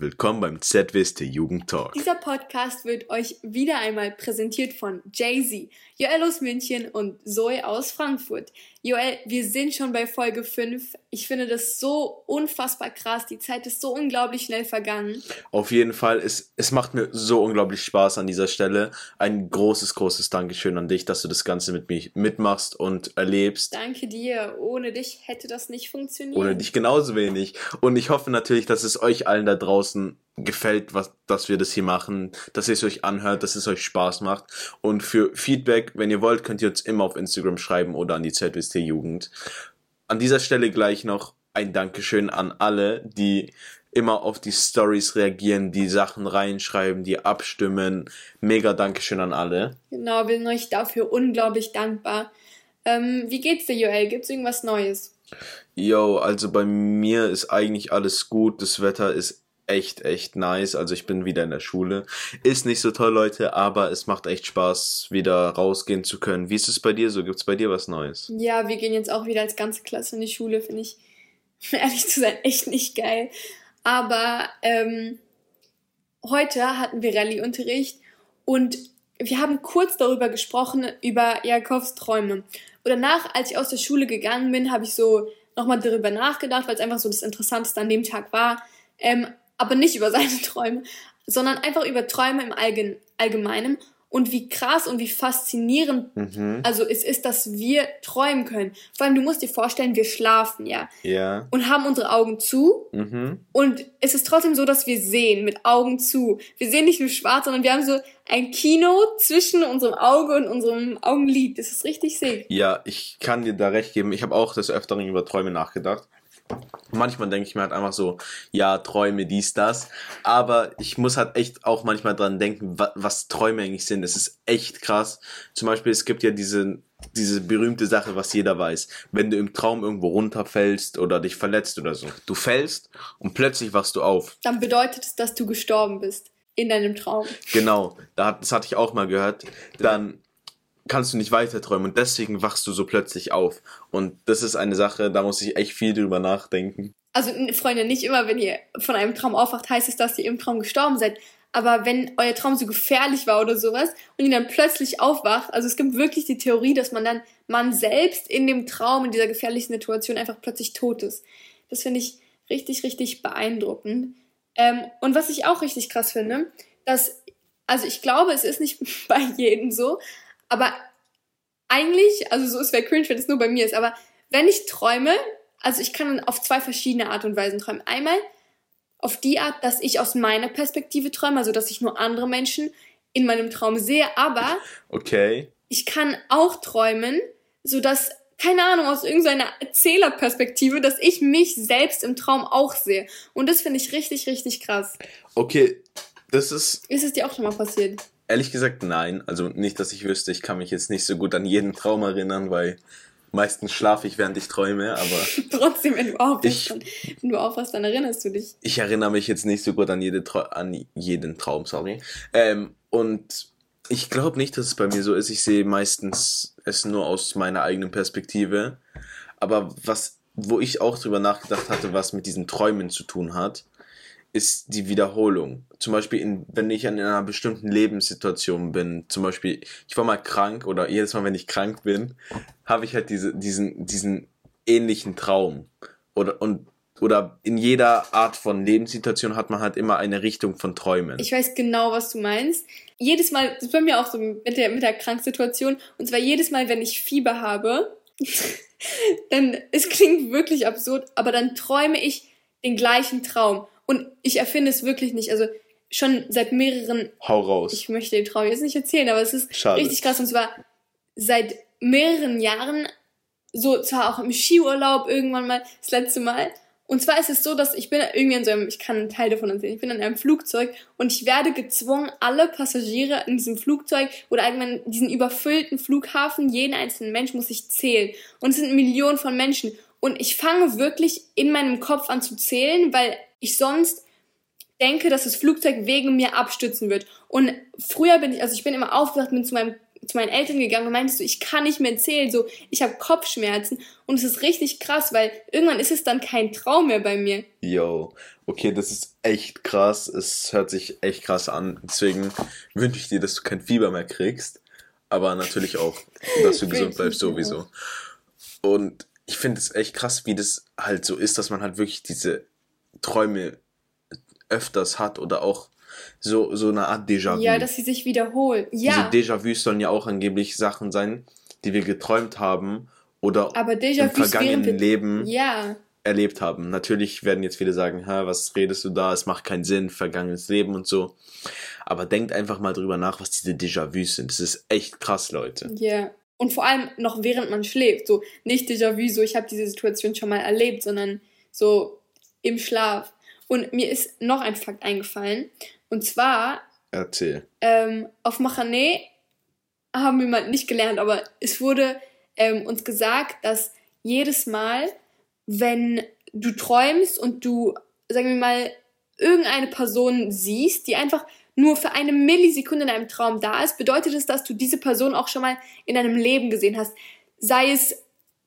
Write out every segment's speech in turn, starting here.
willkommen beim ZWST Jugend Talk. Dieser Podcast wird euch wieder einmal präsentiert von Jay-Z, Joel aus München und Zoe aus Frankfurt. Joel, wir sind schon bei Folge 5. Ich finde das so unfassbar krass. Die Zeit ist so unglaublich schnell vergangen. Auf jeden Fall, es macht mir so unglaublich Spaß an dieser Stelle. Ein großes Dankeschön an dich, dass du das Ganze mit mir mitmachst und erlebst. Danke dir. Ohne dich hätte das nicht funktioniert. Ohne dich genauso wenig. Und ich hoffe natürlich, dass es euch allen da draußen gefällt, dass wir das hier machen, dass ihr es euch anhört, dass es euch Spaß macht. Und für Feedback, wenn ihr wollt, könnt ihr uns immer auf Instagram schreiben oder an die ZWST Jugend. An dieser Stelle gleich noch ein Dankeschön an alle, die immer auf die Stories reagieren, die Sachen reinschreiben, die abstimmen. Mega Dankeschön an alle. Genau, wir sind euch dafür unglaublich dankbar. Wie geht's dir, Joel? Gibt's irgendwas Neues? Yo, also bei mir ist eigentlich alles gut. Das Wetter ist echt nice. Also ich bin wieder in der Schule. Ist nicht so toll, Leute, aber es macht echt Spaß, wieder rausgehen zu können. Wie ist es bei dir so? Gibt's bei dir was Neues? Ja, wir gehen jetzt auch wieder als ganze Klasse in die Schule. Finde ich, um ehrlich zu sein, echt nicht geil. Aber heute hatten wir Rallye-Unterricht und wir haben kurz darüber gesprochen, über Jakobs Träume. Und danach, als ich aus der Schule gegangen bin, habe ich so nochmal darüber nachgedacht, weil es einfach so das Interessanteste an dem Tag war. Aber nicht über seine Träume, sondern einfach über Träume im Allgemeinen und wie krass und wie faszinierend also es ist, dass wir träumen können. Vor allem, du musst dir vorstellen, wir schlafen, ja. Und haben unsere Augen zu und es ist trotzdem so, dass wir sehen mit Augen zu. Wir sehen nicht nur schwarz, sondern wir haben so ein Kino zwischen unserem Auge und unserem Augenlid. Das ist richtig sick. Ja, ich kann dir da recht geben. Ich habe auch des Öfteren über Träume nachgedacht. Manchmal denke ich mir halt einfach so, ja, Träume, dies, das. Aber ich muss halt echt auch manchmal dran denken, was Träume eigentlich sind. Es ist echt krass. Zum Beispiel, es gibt ja diese berühmte Sache, was jeder weiß. Wenn du im Traum irgendwo runterfällst oder dich verletzt oder so. Du fällst und plötzlich wachst du auf. Dann bedeutet es, dass du gestorben bist in deinem Traum. Genau, das hatte ich auch mal gehört. Dann kannst du nicht weiter träumen und deswegen wachst du so plötzlich auf. Und das ist eine Sache, da muss ich echt viel drüber nachdenken. Also, Freunde, nicht immer, wenn ihr von einem Traum aufwacht, heißt es, dass ihr im Traum gestorben seid. Aber wenn euer Traum so gefährlich war oder sowas und ihr dann plötzlich aufwacht, also es gibt wirklich die Theorie, dass man selbst in dem Traum, in dieser gefährlichen Situation einfach plötzlich tot ist. Das finde ich richtig beeindruckend. Und was ich auch richtig krass finde, also ich glaube, es ist nicht bei jedem so, aber eigentlich, also so, es wäre cringe, wenn es nur bei mir ist, aber wenn ich träume, also ich kann auf 2 verschiedene Art und Weisen träumen. Einmal auf die Art, dass ich aus meiner Perspektive träume, also dass ich nur andere Menschen in meinem Traum sehe, aber ich kann auch träumen, sodass, keine Ahnung, aus irgendeiner Erzählerperspektive, dass ich mich selbst im Traum auch sehe. Und das finde ich richtig krass. Okay, das ist... Ist es dir auch schon mal passiert? Ehrlich gesagt, nein. Also nicht, dass ich wüsste, ich kann mich jetzt nicht so gut an jeden Traum erinnern, weil meistens schlafe ich, während ich träume, aber... Trotzdem, wenn du aufwachst, dann erinnerst du dich. Ich erinnere mich jetzt nicht so gut an jeden Traum, sorry. Und ich glaube nicht, dass es bei mir so ist. Ich sehe meistens es nur aus meiner eigenen Perspektive. Aber wo ich auch drüber nachgedacht hatte, was mit diesen Träumen zu tun hat, ist die Wiederholung. Zum Beispiel, wenn ich in einer bestimmten Lebenssituation bin, zum Beispiel, ich war mal krank oder jedes Mal, wenn ich krank bin, habe ich halt diesen ähnlichen Traum. Oder in jeder Art von Lebenssituation hat man halt immer eine Richtung von Träumen. Ich weiß genau, was du meinst. Jedes Mal, das ist bei mir auch so mit der Kranksituation, und zwar jedes Mal, wenn ich Fieber habe, dann, es klingt wirklich absurd, aber dann träume ich den gleichen Traum. Und ich erfinde es wirklich nicht. Also schon seit mehreren... Hau raus. Ich möchte den Traum jetzt nicht erzählen, aber es ist Schade. Richtig krass. Und zwar seit mehreren Jahren, so zwar auch im Skiurlaub irgendwann mal, das letzte Mal. Und zwar ist es so, dass ich bin irgendwie ich kann einen Teil davon erzählen, ich bin in einem Flugzeug und ich werde gezwungen, alle Passagiere in diesem Flugzeug oder allgemein diesen überfüllten Flughafen, jeden einzelnen Mensch muss ich zählen. Und es sind Millionen von Menschen. Und ich fange wirklich in meinem Kopf an zu zählen, weil ich sonst denke, dass das Flugzeug wegen mir abstürzen wird. Und früher ich bin immer aufgewacht, bin zu meinem zu meinen Eltern gegangen und meinte so, ich kann nicht mehr zählen, so, ich habe Kopfschmerzen und es ist richtig krass, weil irgendwann ist es dann kein Traum mehr bei mir. Yo, okay, das ist echt krass. Es hört sich echt krass an. Deswegen wünsche ich dir, dass du kein Fieber mehr kriegst. Aber natürlich auch, dass du gesund bleibst sowieso. Und ich finde es echt krass, wie das halt so ist, dass man halt wirklich diese Träume öfters hat oder auch so eine Art Déjà-vu. Ja, dass sie sich wiederholen. Ja. Diese Déjà-vus sollen ja auch angeblich Sachen sein, die wir geträumt haben oder aber im vergangenen Leben ja. erlebt haben. Natürlich werden jetzt viele sagen, was redest du da, es macht keinen Sinn, vergangenes Leben und so. Aber denkt einfach mal drüber nach, was diese Déjà-vus sind. Das ist echt krass, Leute. Ja. Und vor allem noch während man schläft. So nicht Déjà-vu, so ich habe diese Situation schon mal erlebt, sondern so im Schlaf. Und mir ist noch ein Fakt eingefallen. Und zwar... Erzähl. Auf Machane haben wir mal nicht gelernt, aber es wurde uns gesagt, dass jedes Mal, wenn du träumst und du, sagen wir mal, irgendeine Person siehst, die einfach nur für eine Millisekunde in einem Traum da ist, bedeutet es, dass du diese Person auch schon mal in deinem Leben gesehen hast. Sei es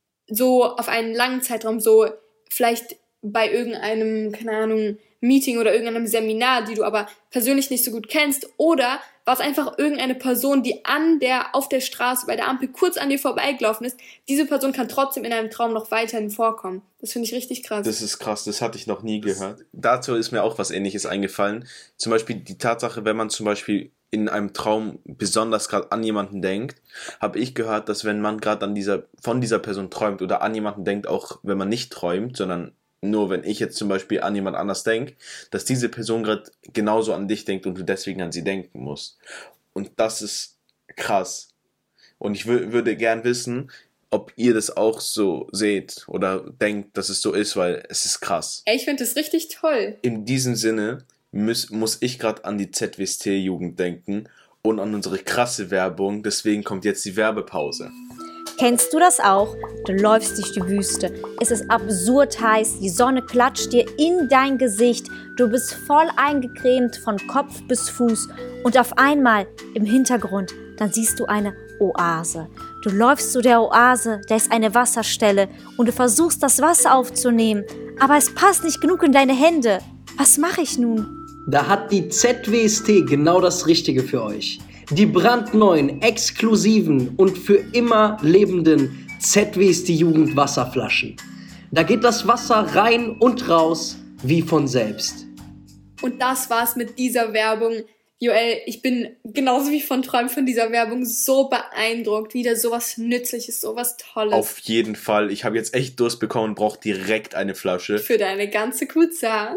so auf einen langen Zeitraum, so vielleicht bei irgendeinem, keine Ahnung, Meeting oder irgendeinem Seminar, die du aber persönlich nicht so gut kennst, oder war es einfach irgendeine Person, die auf der Straße bei der Ampel kurz an dir vorbeigelaufen ist. Diese Person kann trotzdem in einem Traum noch weiterhin vorkommen. Das finde ich richtig krass. Das ist krass, das hatte ich noch nie gehört. Dazu ist mir auch was Ähnliches eingefallen. Zum Beispiel die Tatsache, wenn man zum Beispiel in einem Traum besonders gerade an jemanden denkt, habe ich gehört, dass wenn man gerade von dieser Person träumt oder an jemanden denkt, auch wenn man nicht träumt, sondern nur wenn ich jetzt zum Beispiel an jemand anders denke, dass diese Person gerade genauso an dich denkt und du deswegen an sie denken musst. Und das ist krass. Und ich würde gern wissen, ob ihr das auch so seht oder denkt, dass es so ist, weil es ist krass. Ich finde das richtig toll. In diesem Sinne muss ich gerade an die ZWST-Jugend denken und an unsere krasse Werbung. Deswegen kommt jetzt die Werbepause. Kennst du das auch? Du läufst durch die Wüste. Es ist absurd heiß, die Sonne klatscht dir in dein Gesicht. Du bist voll eingecremt von Kopf bis Fuß. Und auf einmal im Hintergrund, dann siehst du eine Oase. Du läufst zu der Oase, da ist eine Wasserstelle und du versuchst das Wasser aufzunehmen. Aber es passt nicht genug in deine Hände. Was mache ich nun? Da hat die ZWST genau das Richtige für euch. Die brandneuen, exklusiven und für immer lebenden ZWST Jugend Wasserflaschen. Da geht das Wasser rein und raus wie von selbst. Und das war's mit dieser Werbung. Joel, ich bin genauso wie von Träumen von dieser Werbung so beeindruckt. Wieder sowas Nützliches, sowas Tolles. Auf jeden Fall. Ich habe jetzt echt Durst bekommen und brauche direkt eine Flasche. Für deine ganze Kuza.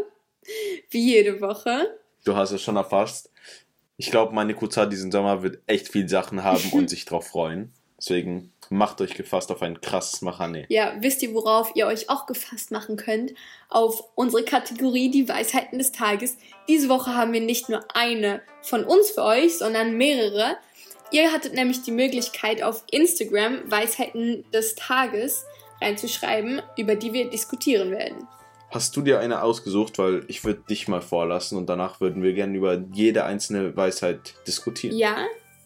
Wie jede Woche. Du hast es schon erfasst. Ich glaube, meine Kuza diesen Sommer wird echt viel Sachen haben und sich drauf freuen. Deswegen macht euch gefasst auf ein krasses Machane. Ja, wisst ihr, worauf ihr euch auch gefasst machen könnt? Auf unsere Kategorie, die Weisheiten des Tages. Diese Woche haben wir nicht nur eine von uns für euch, sondern mehrere. Ihr hattet nämlich die Möglichkeit, auf Instagram Weisheiten des Tages reinzuschreiben, über die wir diskutieren werden. Hast du dir eine ausgesucht? Weil ich würde dich mal vorlassen und danach würden wir gerne über jede einzelne Weisheit diskutieren. Ja,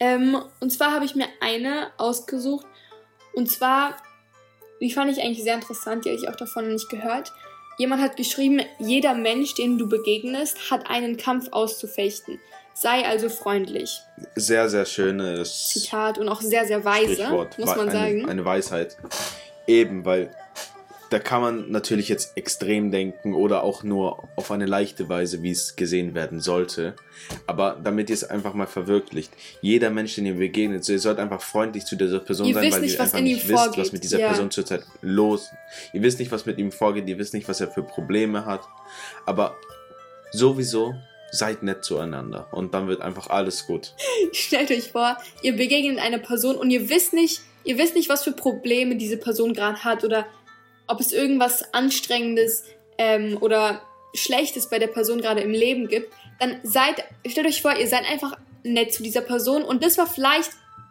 und zwar habe ich mir eine ausgesucht. Und zwar, die fand ich eigentlich sehr interessant, die habe ich auch davon noch nicht gehört. Jemand hat geschrieben, jeder Mensch, dem du begegnest, hat einen Kampf auszufechten. Sei also freundlich. Sehr, sehr schönes Zitat und auch sehr, sehr weise, Sprichwort, muss man sagen. Eine Weisheit. Eben, weil da kann man natürlich jetzt extrem denken oder auch nur auf eine leichte Weise, wie es gesehen werden sollte. Aber damit ihr es einfach mal verwirklicht. Jeder Mensch, den ihr begegnet, ihr sollt einfach freundlich zu dieser Person sein, weil ihr einfach nicht wisst, was mit dieser Person zurzeit los ist. Ihr wisst nicht, was mit ihm vorgeht, ihr wisst nicht, was er für Probleme hat. Aber sowieso seid nett zueinander und dann wird einfach alles gut. Stellt euch vor, ihr begegnet einer Person und ihr wisst nicht, was für Probleme diese Person gerade hat oder ob es irgendwas Anstrengendes oder Schlechtes bei der Person gerade im Leben gibt, dann stellt euch vor, ihr seid einfach nett zu dieser Person und das war vielleicht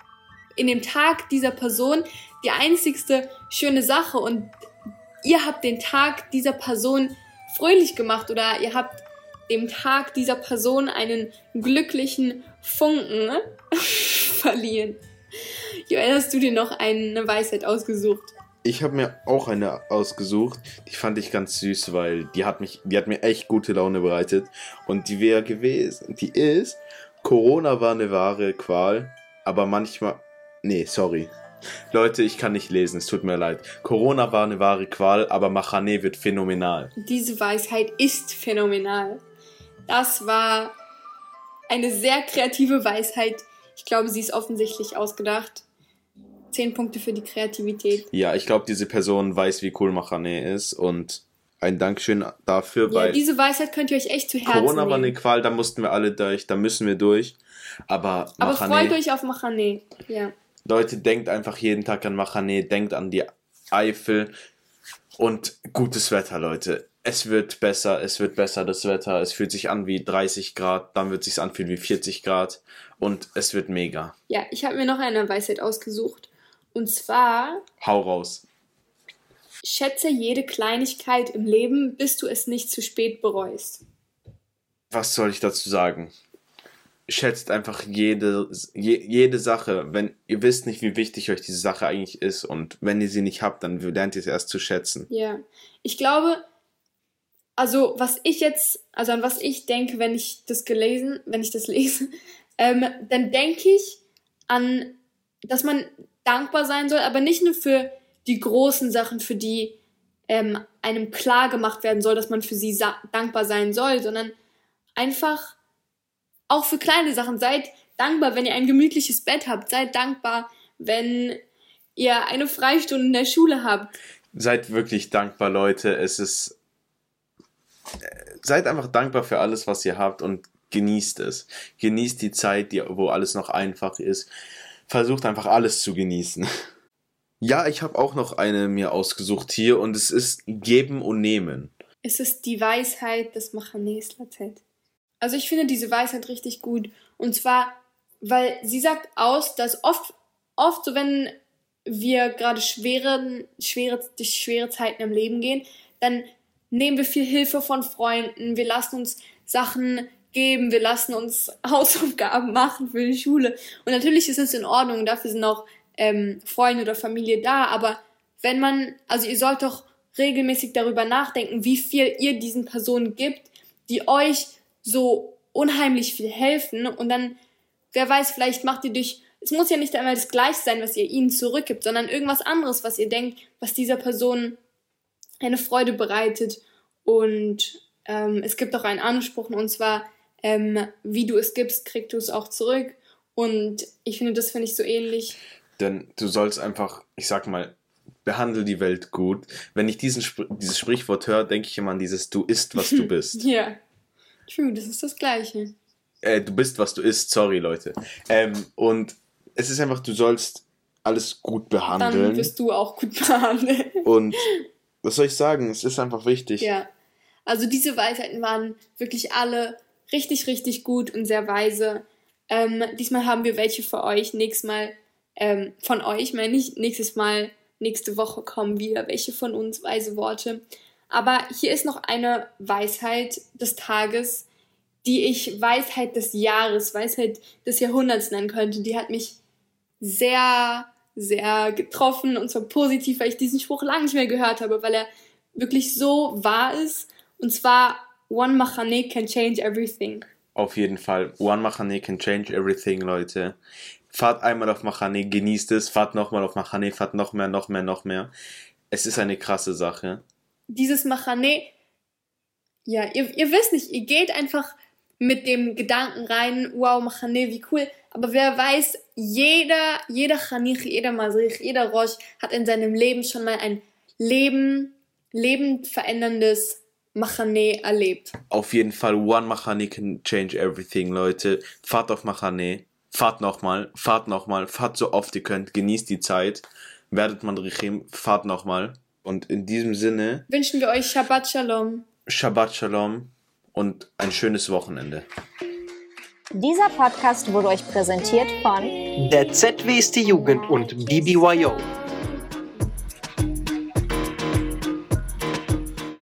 in dem Tag dieser Person die einzigste schöne Sache und ihr habt den Tag dieser Person fröhlich gemacht oder ihr habt dem Tag dieser Person einen glücklichen Funken verliehen. Joel, hast du dir noch eine Weisheit ausgesucht? Ich habe mir auch eine ausgesucht, die fand ich ganz süß, weil die hat mir echt gute Laune bereitet. Und die wäre gewesen, die ist, Corona war eine wahre Qual, aber manchmal, nee, sorry. Leute, ich kann nicht lesen, es tut mir leid. Corona war eine wahre Qual, aber Machane wird phänomenal. Diese Weisheit ist phänomenal. Das war eine sehr kreative Weisheit. Ich glaube, sie ist offensichtlich ausgedacht. 10 Punkte für die Kreativität. Ja, ich glaube, diese Person weiß, wie cool Machane ist und ein Dankeschön dafür, Ja, weil diese Weisheit könnt ihr euch echt zu Herzen Corona nehmen. war eine Qual, da mussten wir alle durch, da müssen wir durch. Aber freut Machane, euch auf Machane. Ja. Leute, denkt einfach jeden Tag an Machane, denkt an die Eifel und gutes Wetter, Leute. Es wird besser, das Wetter. Es fühlt sich an wie 30 Grad, dann wird es sich anfühlen wie 40 Grad und es wird mega. Ja, ich habe mir noch eine Weisheit ausgesucht. Und zwar: Hau raus. Schätze jede Kleinigkeit im Leben, bis du es nicht zu spät bereust. Was soll ich dazu sagen? Schätzt einfach jede Sache, wenn ihr wisst nicht, wie wichtig euch diese Sache eigentlich ist und wenn ihr sie nicht habt, dann lernt ihr es erst zu schätzen. Ja, ich glaube, an was ich denke, wenn ich das lese, dann denke ich an, dass man dankbar sein soll, aber nicht nur für die großen Sachen, für die einem klar gemacht werden soll, dass man für sie dankbar sein soll, sondern einfach auch für kleine Sachen. Seid dankbar, wenn ihr ein gemütliches Bett habt. Seid dankbar, wenn ihr eine Freistunde in der Schule habt. Seid wirklich dankbar, Leute. Seid einfach dankbar für alles, was ihr habt und genießt es. Genießt die Zeit, wo alles noch einfach ist. Versucht einfach alles zu genießen. Ja, ich habe auch noch eine mir ausgesucht hier und es ist Geben und Nehmen. Es ist die Weisheit des Machanes Latet. Also ich finde diese Weisheit richtig gut. Und zwar, weil sie sagt aus, dass oft so, wenn wir gerade durch schwere Zeiten im Leben gehen, dann nehmen wir viel Hilfe von Freunden, wir lassen uns Sachen geben, wir lassen uns Hausaufgaben machen für die Schule. Und natürlich ist es in Ordnung, dafür sind auch Freunde oder Familie da, aber ihr sollt doch regelmäßig darüber nachdenken, wie viel ihr diesen Personen gibt, die euch so unheimlich viel helfen und dann, wer weiß, vielleicht es muss ja nicht einmal das Gleiche sein, was ihr ihnen zurückgibt, sondern irgendwas anderes, was ihr denkt, was dieser Person eine Freude bereitet und es gibt auch einen Anspruch und zwar, wie du es gibst, kriegst du es auch zurück und ich finde, das finde ich so ähnlich. Denn du sollst einfach, ich sag mal, behandle die Welt gut. Wenn ich dieses Sprichwort höre, denke ich immer an dieses Du isst, was du bist. Ja, true, das ist das Gleiche. Du bist, was du isst, sorry, Leute. Und es ist einfach, du sollst alles gut behandeln. Dann wirst du auch gut behandelt. Und was soll ich sagen? Es ist einfach wichtig. Ja, also diese Weisheiten waren wirklich alle richtig, richtig gut und sehr weise. Diesmal haben wir welche für euch. Nächste Woche kommen wieder welche von uns, weise Worte. Aber hier ist noch eine Weisheit des Tages, die ich Weisheit des Jahres, Weisheit des Jahrhunderts nennen könnte. Die hat mich sehr, sehr getroffen und zwar positiv, weil ich diesen Spruch lange nicht mehr gehört habe, weil er wirklich so wahr ist. Und zwar, one Machane can change everything. Auf jeden Fall. One Machane can change everything, Leute. Fahrt einmal auf Machane, genießt es. Fahrt nochmal auf Machane, fahrt noch mehr. Es ist eine krasse Sache. Dieses Machane, ja, ihr wisst nicht, ihr geht einfach mit dem Gedanken rein, wow, Machane, wie cool. Aber wer weiß, jeder Chanich, jeder Masrich, jeder Rosh hat in seinem Leben schon mal ein veränderndes Machane erlebt. Auf jeden Fall, one Machane can change everything, Leute. Fahrt auf Machane, fahrt nochmal, fahrt so oft ihr könnt, genießt die Zeit, werdet Madrichim, fahrt nochmal. Und in diesem Sinne wünschen wir euch Shabbat Shalom. Shabbat Shalom und ein schönes Wochenende. Dieser Podcast wurde euch präsentiert von der ZWST Jugend und BBYO.